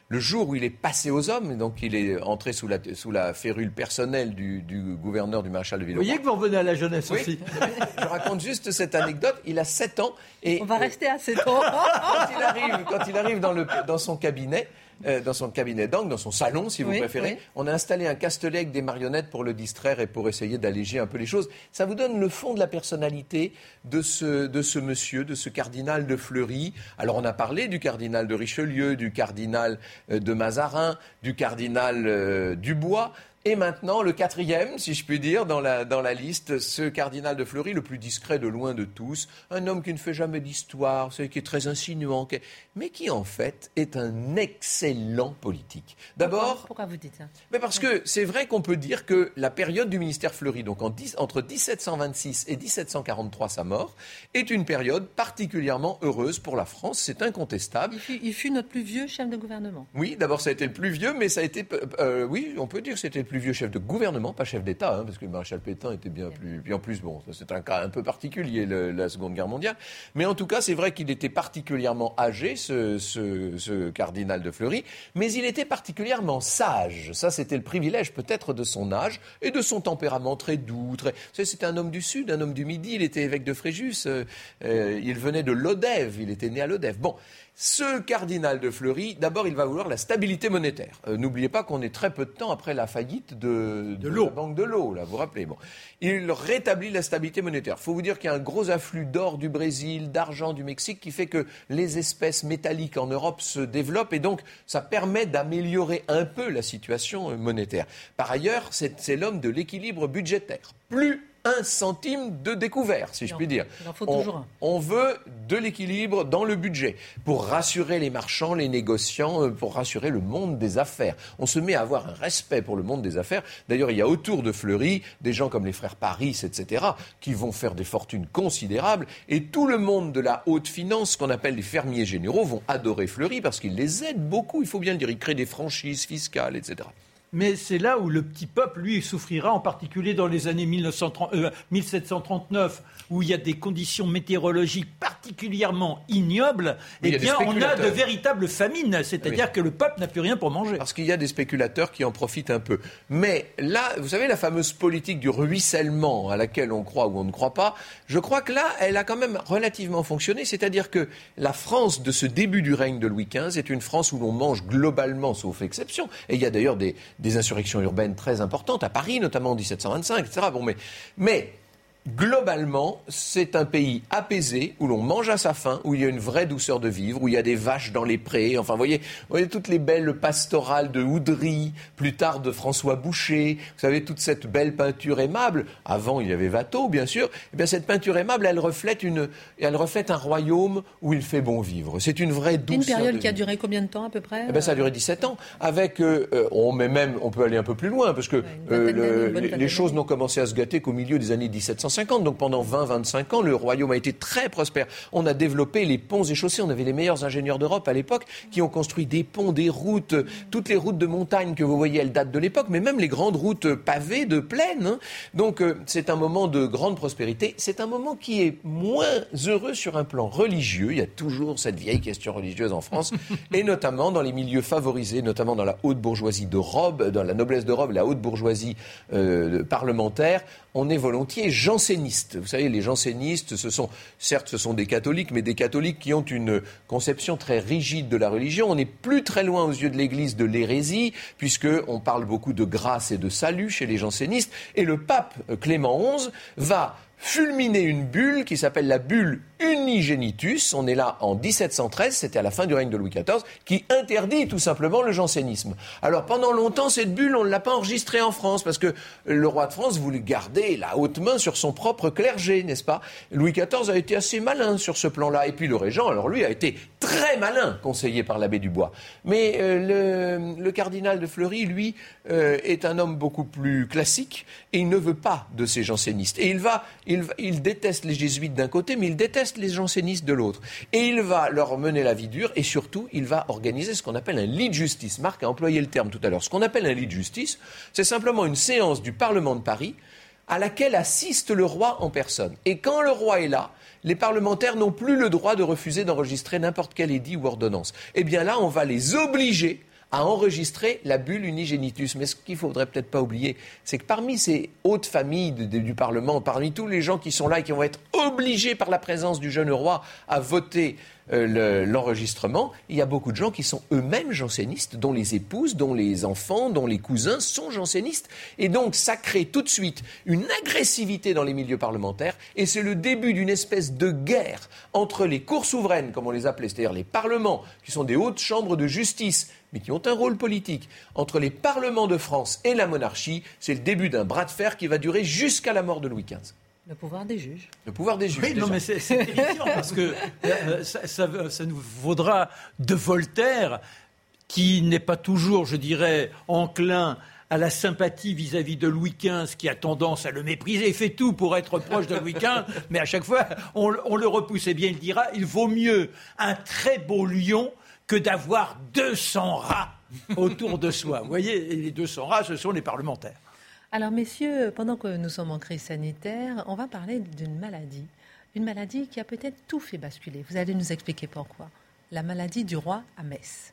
Le jour où il est passé aux hommes, donc il est entré sous la, sous la férule personnelle du, du gouverneur du maréchal de Villeroy. Vous voyez que vous revenez à la jeunesse oui. aussi. Je raconte juste cette anecdote. Il a sept ans. Et, On va rester à sept ans. quand il arrive, quand il arrive dans, le, dans son cabinet, euh, dans son cabinet d'angle, dans son salon, si vous oui, préférez, oui. on a installé un castelet avec des marionnettes pour le distraire et pour essayer d'alléger un peu les choses. Ça vous donne le fond de la personnalité de ce, de ce monsieur, de ce cardinal de Fleury. Alors on a parlé du cardinal de Richelieu, du cardinal euh, de Mazarin, du cardinal euh, Dubois. Et maintenant, le quatrième, si je puis dire, dans la, dans la liste, ce cardinal de Fleury, le plus discret de loin de tous, un homme qui ne fait jamais d'histoire, qui est très insinuant, qui est... mais qui en fait est un excellent politique. D'abord... Pourquoi, pourquoi vous dites ça ? Mais parce que c'est vrai qu'on peut dire que la période du ministère Fleury, donc en dix, entre dix-sept cent vingt-six et dix-sept cent quarante-trois, sa mort, est une période particulièrement heureuse pour la France, c'est incontestable. Il fut, il fut notre plus vieux chef de gouvernement. Oui, d'abord ça a été le plus vieux, mais ça a été... Euh, oui, on peut dire que c'était le plus vieux chef de gouvernement, pas chef d'État, hein, parce que le maréchal Pétain était bien plus... Puis en plus, bon, c'est un cas un peu particulier, le, la Seconde Guerre mondiale. Mais en tout cas, c'est vrai qu'il était particulièrement âgé, ce, ce, ce cardinal de Fleury, mais il était particulièrement sage. Ça, c'était le privilège peut-être de son âge et de son tempérament très doux. Très... Vous savez, c'était un homme du Sud, un homme du Midi, il était évêque de Fréjus, euh, euh, il venait de Lodève, il était né à Lodève. Bon. Ce cardinal de Fleury, d'abord, il va vouloir la stabilité monétaire. Euh, n'oubliez pas qu'on est très peu de temps après la faillite de, de, de l'eau. La Banque de l'eau, là, vous vous rappelez. Bon. Il rétablit la stabilité monétaire. Il faut vous dire qu'il y a un gros afflux d'or du Brésil, d'argent du Mexique, qui fait que les espèces métalliques en Europe se développent et donc ça permet d'améliorer un peu la situation monétaire. Par ailleurs, c'est, c'est l'homme de l'équilibre budgétaire. Plus un centime de découvert, si je puis dire. Il en faut on, toujours un. On veut de l'équilibre dans le budget pour rassurer les marchands, les négociants, pour rassurer le monde des affaires. On se met à avoir un respect pour le monde des affaires. D'ailleurs, il y a autour de Fleury des gens comme les frères Paris, et cetera, qui vont faire des fortunes considérables. Et tout le monde de la haute finance, ce qu'on appelle les fermiers généraux, vont adorer Fleury parce qu'il les aide beaucoup, il faut bien le dire. Il crée des franchises fiscales, et cetera. Mais c'est là où le petit peuple, lui, souffrira, en particulier dans les années mille neuf cent trente, euh, mille sept cent trente-neuf, où il y a des conditions météorologiques particulièrement ignobles. Oui, eh bien, on a de véritables famines, c'est-à-dire oui. que le peuple n'a plus rien pour manger. Parce qu'il y a des spéculateurs qui en profitent un peu. Mais là, vous savez, la fameuse politique du ruissellement à laquelle on croit ou on ne croit pas, je crois que là, elle a quand même relativement fonctionné. C'est-à-dire que la France de ce début du règne de Louis quinze est une France où l'on mange globalement, sauf exception. Et il y a d'ailleurs des... des insurrections urbaines très importantes, à Paris notamment en dix-sept cent vingt-cinq, et cetera. Bon, mais, mais globalement, c'est un pays apaisé, où l'on mange à sa faim, où il y a une vraie douceur de vivre, où il y a des vaches dans les prés. Enfin, vous voyez, vous voyez toutes les belles pastorales de Oudry, plus tard de François Boucher. Vous savez, toute cette belle peinture aimable. Avant, il y avait Watteau, bien sûr. Eh bien, cette peinture aimable, elle reflète, une, elle reflète un royaume où il fait bon vivre. C'est une vraie douceur. Une période de qui a vie. duré combien de temps, à peu près ? Eh bien, ça a duré dix-sept ans. Avec, euh, on, mais même, on peut aller un peu plus loin, parce que ouais, euh, le, les, les choses n'ont commencé à se gâter qu'au milieu des années dix-sept cent cinquante. Donc, pendant vingt à vingt-cinq ans, le royaume a été très prospère. On a développé les ponts et chaussées. On avait les meilleurs ingénieurs d'Europe à l'époque qui ont construit des ponts, des routes. Toutes les routes de montagne que vous voyez, elles datent de l'époque, mais même les grandes routes pavées de plaine. Hein. Donc, euh, c'est un moment de grande prospérité. C'est un moment qui est moins heureux sur un plan religieux. Il y a toujours cette vieille question religieuse en France, et notamment dans les milieux favorisés, notamment dans la haute bourgeoisie de robe, dans la noblesse de robe, la haute bourgeoisie euh, parlementaire. On est volontiers janséniste. Vous savez, les jansénistes, ce sont, certes, ce sont des catholiques, mais des catholiques qui ont une conception très rigide de la religion. On n'est plus très loin aux yeux de l'Église de l'hérésie, puisqu'on parle beaucoup de grâce et de salut chez les jansénistes. Et le pape Clément onze va fulminer une bulle qui s'appelle la bulle Unigenitus, on est là en dix-sept cent treize, c'était à la fin du règne de Louis quatorze, qui interdit tout simplement le jansénisme. Alors pendant longtemps, cette bulle, on ne l'a pas enregistrée en France, parce que le roi de France voulait garder la haute main sur son propre clergé, n'est-ce pas ? Louis quatorze a été assez malin sur ce plan-là, et puis le régent, alors lui, a été très malin, conseillé par l'abbé Dubois. Mais euh, le, le cardinal de Fleury, lui, euh, est un homme beaucoup plus classique, et il ne veut pas de ces jansénistes. Et il va, il, il déteste les jésuites d'un côté, mais il déteste les jansénistes de l'autre. Et il va leur mener la vie dure, et surtout, il va organiser ce qu'on appelle un lit de justice. Marc a employé le terme tout à l'heure. Ce qu'on appelle un lit de justice, c'est simplement une séance du Parlement de Paris à laquelle assiste le roi en personne. Et quand le roi est là, les parlementaires n'ont plus le droit de refuser d'enregistrer n'importe quel édit ou ordonnance. Eh bien là, on va les obliger a enregistré la bulle unigenitus. Mais ce qu'il ne faudrait peut-être pas oublier, c'est que parmi ces hautes familles de, de, du Parlement, parmi tous les gens qui sont là et qui vont être obligés par la présence du jeune roi à voter euh, le, l'enregistrement, il y a beaucoup de gens qui sont eux-mêmes jansénistes, dont les épouses, dont les enfants, dont les cousins sont jansénistes. Et donc, ça crée tout de suite une agressivité dans les milieux parlementaires et c'est le début d'une espèce de guerre entre les cours souveraines, comme on les appelait, c'est-à-dire les parlements, qui sont des hautes chambres de justice, mais qui ont un rôle politique, entre les parlements de France et la monarchie. C'est le début d'un bras de fer qui va durer jusqu'à la mort de Louis quinze. Le pouvoir des juges. Le pouvoir des juges. Oui, non, mais c'est, c'est terrifiant parce que euh, ça, ça, ça nous vaudra de Voltaire, qui n'est pas toujours, je dirais, enclin à la sympathie vis-à-vis de Louis quinze, qui a tendance à le mépriser, il fait tout pour être proche de Louis quinze, mais à chaque fois, on, on le repousse. Eh bien, il dira, il vaut mieux un très beau lion que d'avoir deux cents rats autour de soi. Vous voyez, et les deux cents rats, ce sont les parlementaires. Alors, messieurs, pendant que nous sommes en crise sanitaire, on va parler d'une maladie. Une maladie qui a peut-être tout fait basculer. Vous allez nous expliquer pourquoi. La maladie du roi à Metz.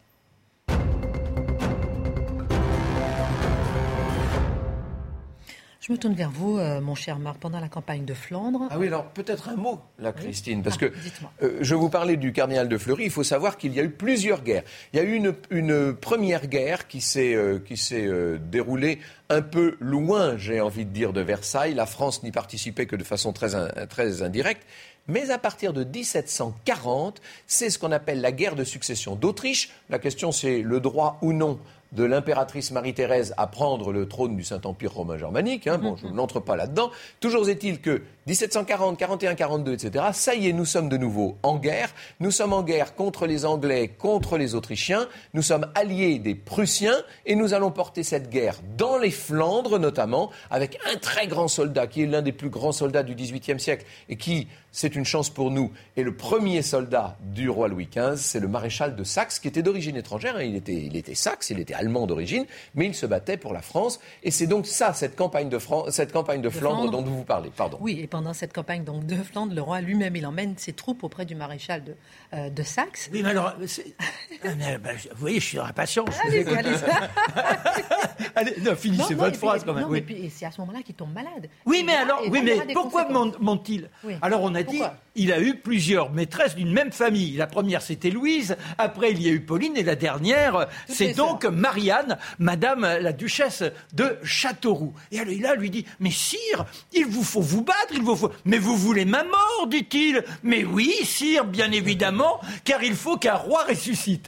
Je me tourne vers vous, euh, mon cher Marc, pendant la campagne de Flandre. Ah oui, alors peut-être un mot, là, Christine, oui. parce ah, que euh, je vous parlais du cardinal de Fleury, il faut savoir qu'il y a eu plusieurs guerres. Il y a eu une, une première guerre qui s'est, euh, qui s'est euh, déroulée un peu loin, j'ai envie de dire, de Versailles. La France n'y participait que de façon très, très indirecte. Mais à partir de dix-sept cent quarante, c'est ce qu'on appelle la guerre de succession d'Autriche. La question, c'est le droit ou non de l'impératrice Marie-Thérèse à prendre le trône du Saint-Empire romain germanique. Hein. Bon, je n'entre pas là-dedans. Toujours est-il que dix-sept cent quarante, quarante et un, quarante-deux, et cetera, ça y est, nous sommes de nouveau en guerre. Nous sommes en guerre contre les Anglais, contre les Autrichiens. Nous sommes alliés des Prussiens et nous allons porter cette guerre dans les Flandres, notamment, avec un très grand soldat qui est l'un des plus grands soldats du dix-huitième siècle et qui, c'est une chance pour nous, est le premier soldat du roi Louis quinze. C'est le maréchal de Saxe, qui était d'origine étrangère. Hein. Il était, il était saxe, il était allemand d'origine, mais il se battait pour la France. Et c'est donc ça, cette campagne de, Fran- cette campagne de, de Flandre, Flandre dont vous parlez. Pardon. Oui, et pendant cette campagne donc, de Flandre, le roi lui-même, il emmène ses troupes auprès du maréchal de, euh, de Saxe. Oui, mais alors, c'est... mais, bah, vous voyez, je suis dans la patience. Allez, allez. Allez, non, finissez non, votre non, phrase puis, quand même. Non, oui. mais puis, et c'est à ce moment-là qu'il tombe malade. Oui, mais et alors, là, oui, mais pourquoi ment-il oui. Alors, on a pourquoi dit, il a eu plusieurs maîtresses d'une même famille. La première, c'était Louise. Après, il y a eu Pauline. Et la dernière, Tout c'est donc ça. Marianne, Madame la Duchesse de Châteauroux. Et alors, là, lui dit, mais sire, il vous faut vous battre, il vous faut... Mais vous voulez ma mort, dit-il. Mais oui, sire, bien évidemment, car il faut qu'un roi ressuscite.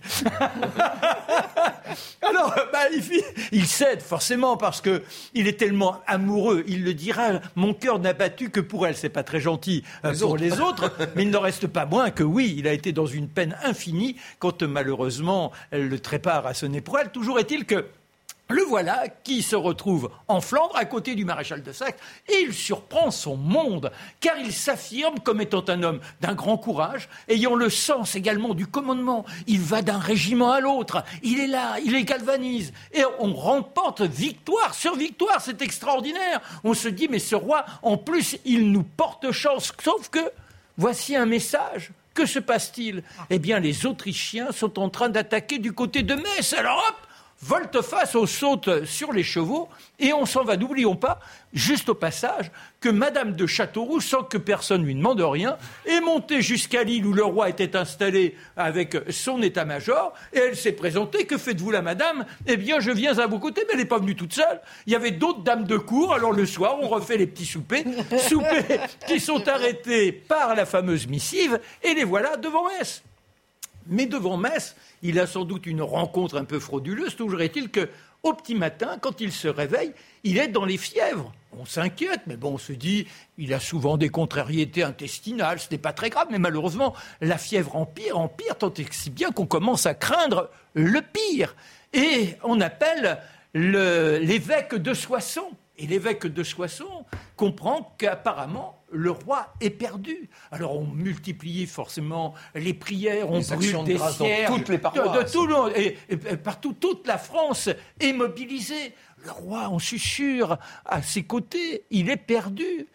Alors, bah, il, il cède forcément parce que il est tellement amoureux. Il le dira, mon cœur n'a battu que pour elle. C'est pas très gentil euh, les pour autres. les autres, mais il n'en reste pas moins que oui, il a été dans une peine infinie quand malheureusement elle le trépare à sonner pour elle. Toujours est-il que le voilà qui se retrouve en Flandre, à côté du maréchal de Saxe, et il surprend son monde, car il s'affirme comme étant un homme d'un grand courage, ayant le sens également du commandement. Il va d'un régiment à l'autre, il est là, il les galvanise, et on remporte victoire sur victoire, c'est extraordinaire. On se dit, mais ce roi, en plus, il nous porte chance, sauf que, voici un message. Que se passe-t-il ? Eh bien, les Autrichiens sont en train d'attaquer du côté de Metz, alors hop, volte-face, on saute sur les chevaux et on s'en va. N'oublions pas, juste au passage, que Madame de Châteauroux, sans que personne lui demande rien, est montée jusqu'à l'île où le roi était installé avec son état-major et elle s'est présentée. Que faites-vous là, madame ? Eh bien, je viens à vos côtés, mais elle n'est pas venue toute seule. Il y avait d'autres dames de cour, alors le soir, on refait les petits soupers, soupers qui sont arrêtés par la fameuse missive et les voilà devant Metz. Mais devant Metz, il a sans doute une rencontre un peu frauduleuse. Toujours est-il qu'au petit matin, quand il se réveille, il est dans les fièvres. On s'inquiète, mais bon, on se dit, il a souvent des contrariétés intestinales, ce n'est pas très grave. Mais malheureusement, la fièvre empire, empire, tant et si bien qu'on commence à craindre le pire. Et on appelle le, l'évêque de Soissons. Et l'évêque de Soissons comprend qu'apparemment, le roi est perdu. Alors on multiplie forcément les prières, on les brûle des cierges dans toutes les paroisses. De, de tout le monde, et, et, et partout, toute la France est mobilisée. Le roi, on susurre à ses côtés, il est perdu.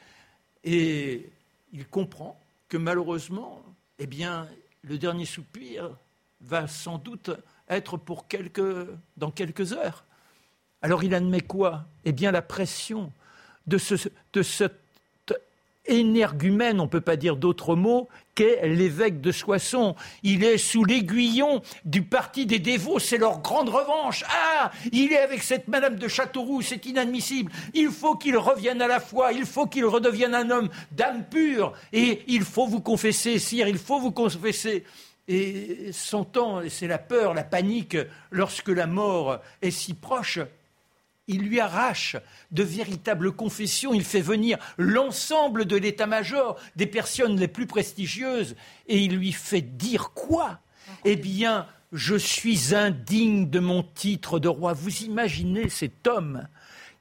Et il comprend que malheureusement, eh bien, le dernier soupir va sans doute être pour quelques, dans quelques heures. Alors il admet quoi ? Eh bien la pression de, ce, de cet énergumène, on ne peut pas dire d'autres mots, qu'est l'évêque de Soissons. Il est sous l'aiguillon du parti des dévots, c'est leur grande revanche. Ah, il est avec cette Madame de Châteauroux, c'est inadmissible. Il faut qu'il revienne à la foi, il faut qu'il redevienne un homme d'âme pure. Et il faut vous confesser, sire, il faut vous confesser. Et sentant, c'est la peur, la panique, lorsque la mort est si proche, il lui arrache de véritables confessions. Il fait venir l'ensemble de l'état-major, des personnes les plus prestigieuses, et il lui fait dire quoi ? Eh bien, je suis indigne de mon titre de roi. Vous imaginez cet homme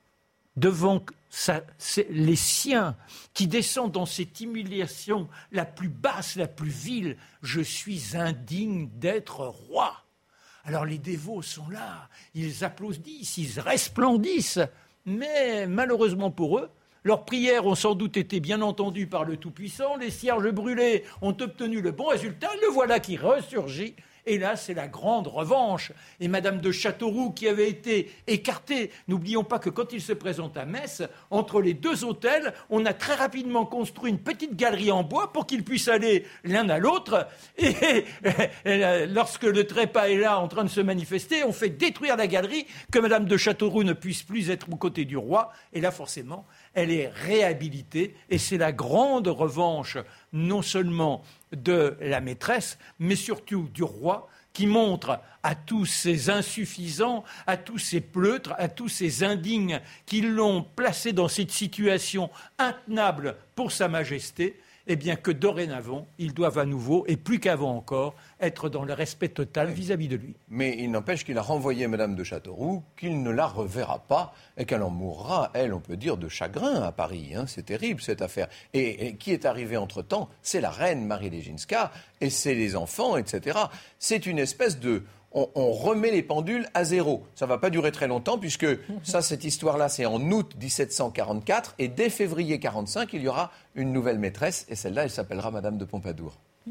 devant sa, les siens qui descendent dans cette humiliation la plus basse, la plus vile. Je suis indigne d'être roi. Alors les dévots sont là, ils applaudissent, ils resplendissent, mais malheureusement pour eux, leurs prières ont sans doute été bien entendues par le Tout-Puissant, les cierges brûlés ont obtenu le bon résultat, le voilà qui ressurgit. Et là, c'est la grande revanche. Et Madame de Châteauroux, qui avait été écartée, n'oublions pas que quand il se présente à Metz, entre les deux hôtels, on a très rapidement construit une petite galerie en bois pour qu'ils puissent aller l'un à l'autre. Et, et, et lorsque le trépas est là en train de se manifester, on fait détruire la galerie, que Madame de Châteauroux ne puisse plus être aux côtés du roi. Et là, forcément, elle est réhabilitée. Et c'est la grande revanche, non seulement de la maîtresse, mais surtout du roi, qui montre à tous ces insuffisants, à tous ces pleutres, à tous ces indignes qui l'ont placé dans cette situation intenable pour Sa Majesté, eh bien que dorénavant, ils doivent à nouveau, et plus qu'avant encore, être dans le respect total vis-à-vis de lui. Mais il n'empêche qu'il a renvoyé Madame de Châteauroux, qu'il ne la reverra pas, et qu'elle en mourra, elle, on peut dire, de chagrin à Paris. Hein. C'est terrible, cette affaire. Et, et qui est arrivé entre-temps ? C'est la reine Marie Leginska, et c'est les enfants, et cetera. C'est une espèce de... On, on remet les pendules à zéro. Ça ne va pas durer très longtemps, puisque ça, cette histoire-là, c'est en août dix-sept cent quarante-quatre, et dès février quarante-cinq, il y aura une nouvelle maîtresse, et celle-là, elle s'appellera Madame de Pompadour.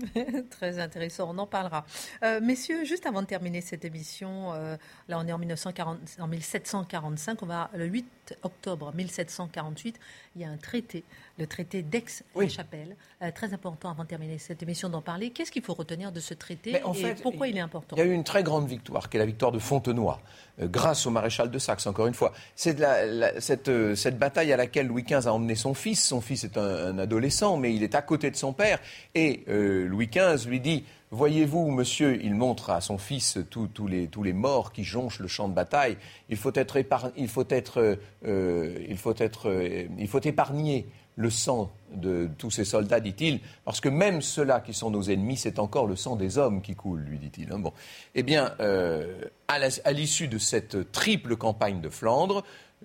Très intéressant, on en parlera. Euh, messieurs, juste avant de terminer cette émission, euh, là on est en, mille neuf cent quarante, en mille sept cent quarante-cinq, on va, le huit octobre mille sept cent quarante-huit, il y a un traité, le traité d'Aix-la-Chapelle, oui. euh, très important avant de terminer cette émission d'en parler. Qu'est-ce qu'il faut retenir de ce traité et fait, pourquoi il est important ? Il y a eu une très grande victoire, qui est la victoire de Fontenoy, euh, grâce au maréchal de Saxe, encore une fois. C'est de la, la, cette, euh, cette bataille à laquelle Louis quinze a emmené son fils. Son fils est un, un adolescent, mais il est à côté de son père, et euh, Louis quinze lui dit « Voyez-vous, monsieur », il montre à son fils tous, tous, les, tous les morts qui jonchent le champ de bataille, il faut être, épargn... il faut être, euh, il faut être, euh, il faut épargner le sang de tous ces soldats, dit-il, parce que même ceux-là qui sont nos ennemis, c'est encore le sang des hommes qui coule, lui dit-il. Hein, bon. Eh bien, euh, à, la, à l'issue de cette triple campagne de Flandre,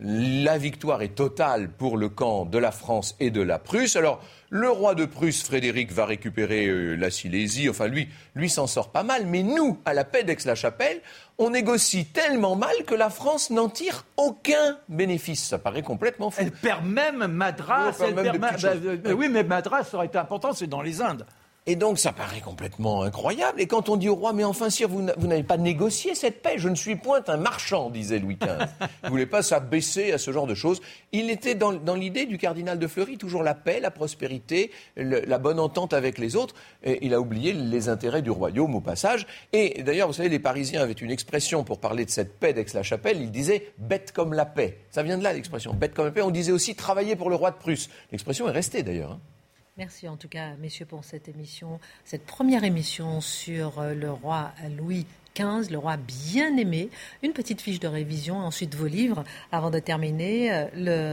la victoire est totale pour le camp de la France et de la Prusse. Alors, le roi de Prusse, Frédéric, va récupérer euh, la Silésie. Enfin, lui, lui s'en sort pas mal. Mais nous, à la paix d'Aix-la-Chapelle, on négocie tellement mal que la France n'en tire aucun bénéfice. Ça paraît complètement fou. Elle perd même Madras. Oui, elle perd même ma... bah, bah, oui, mais Madras, ça aurait été important, c'est dans les Indes. Et donc, ça paraît complètement incroyable. Et quand on dit au roi, mais enfin, sire, vous, vous n'avez pas négocié cette paix. Je ne suis point un marchand, disait Louis quinze. Il ne voulait pas s'abaisser à ce genre de choses. Il était dans, dans l'idée du cardinal de Fleury, toujours la paix, la prospérité, le, la bonne entente avec les autres. Et il a oublié les intérêts du royaume au passage. Et d'ailleurs, vous savez, les Parisiens avaient une expression pour parler de cette paix d'Aix-la-Chapelle. Ils disaient « bête comme la paix ». Ça vient de là, l'expression « bête comme la paix ». On disait aussi « travailler pour le roi de Prusse ». L'expression est restée, d'ailleurs. Hein. Merci en tout cas, messieurs, pour cette émission, cette première émission sur le roi Louis quinze, le roi bien-aimé. Une petite fiche de révision, ensuite vos livres, avant de terminer.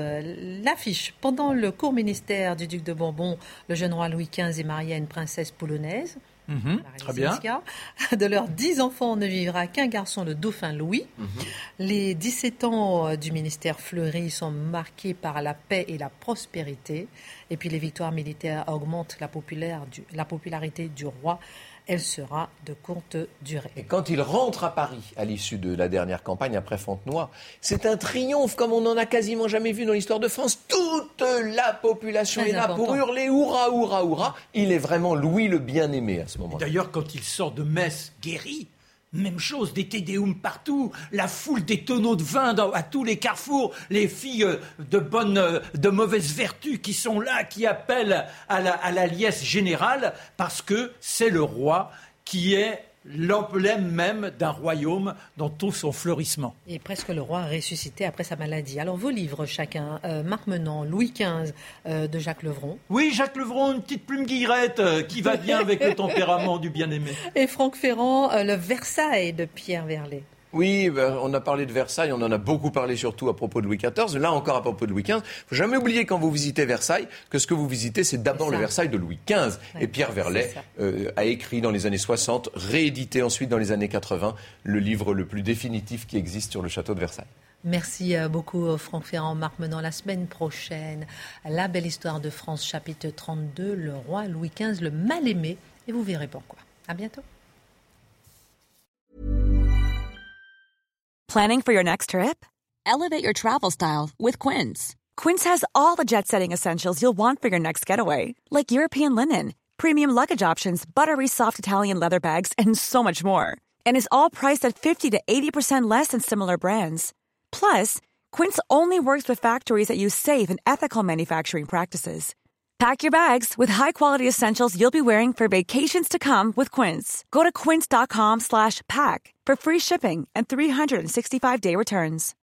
Le, l'affiche. Pendant le court ministère du duc de Bourbon, le jeune roi Louis quinze est marié à une princesse polonaise. Mmh, très bien. De leurs dix enfants, ne vivra qu'un garçon, le dauphin Louis. Mmh. Les dix-sept ans du ministère Fleury sont marqués par la paix et la prospérité. Et puis les victoires militaires augmentent la, populaire du, la popularité du roi. Elle sera de courte durée. Et quand il rentre à Paris, à l'issue de la dernière campagne après Fontenoy, c'est un triomphe comme on n'en a quasiment jamais vu dans l'histoire de France. Toute la population Très est important. Là pour hurler « Hurrah, hurrah, hurrah !» Il est vraiment Louis le bien-aimé à ce moment-là. D'ailleurs, quand il sort de Metz guéri, Même chose, des tédéums partout, la foule des tonneaux de vin dans, à tous les carrefours, les filles de bonne, de mauvaise vertu qui sont là, qui appellent à la, à la liesse générale, parce que c'est le roi qui est l'emblème même d'un royaume dans tout son fleurissement. Et presque le roi ressuscité après sa maladie. Alors vos livres chacun, euh, Marc Menant, Louis quinze euh, de Jacques Levron. Oui, Jacques Levron, une petite plume guillerette euh, qui va bien avec le tempérament du bien-aimé. Et Franck Ferrand, euh, le Versailles de Pierre Verlet. Oui, ben, on a parlé de Versailles, on en a beaucoup parlé surtout à propos de Louis quatorze. Là encore à propos de Louis quinze. Il ne faut jamais oublier quand vous visitez Versailles que ce que vous visitez, c'est d'abord c'est le Versailles de Louis quinze. Ouais, et Pierre Verlet euh, a écrit dans les années soixante, réédité ensuite dans les années quatre-vingts, le livre le plus définitif qui existe sur le château de Versailles. Merci beaucoup Franck Ferrand, Marc Menant. La semaine prochaine, La belle histoire de France, chapitre trente-deux, le roi Louis quinze, le mal-aimé. Et vous verrez pourquoi. À bientôt. Planning for your next trip? Elevate your travel style with Quince. Quince has all the jet-setting essentials you'll want for your next getaway, like European linen, premium luggage options, buttery soft Italian leather bags, and so much more. And is all priced at fifty to eighty percent less than similar brands. Plus, Quince only works with factories that use safe and ethical manufacturing practices. Pack your bags with high-quality essentials you'll be wearing for vacations to come with Quince. Go to quince.com slash pack for free shipping and three sixty-five day returns.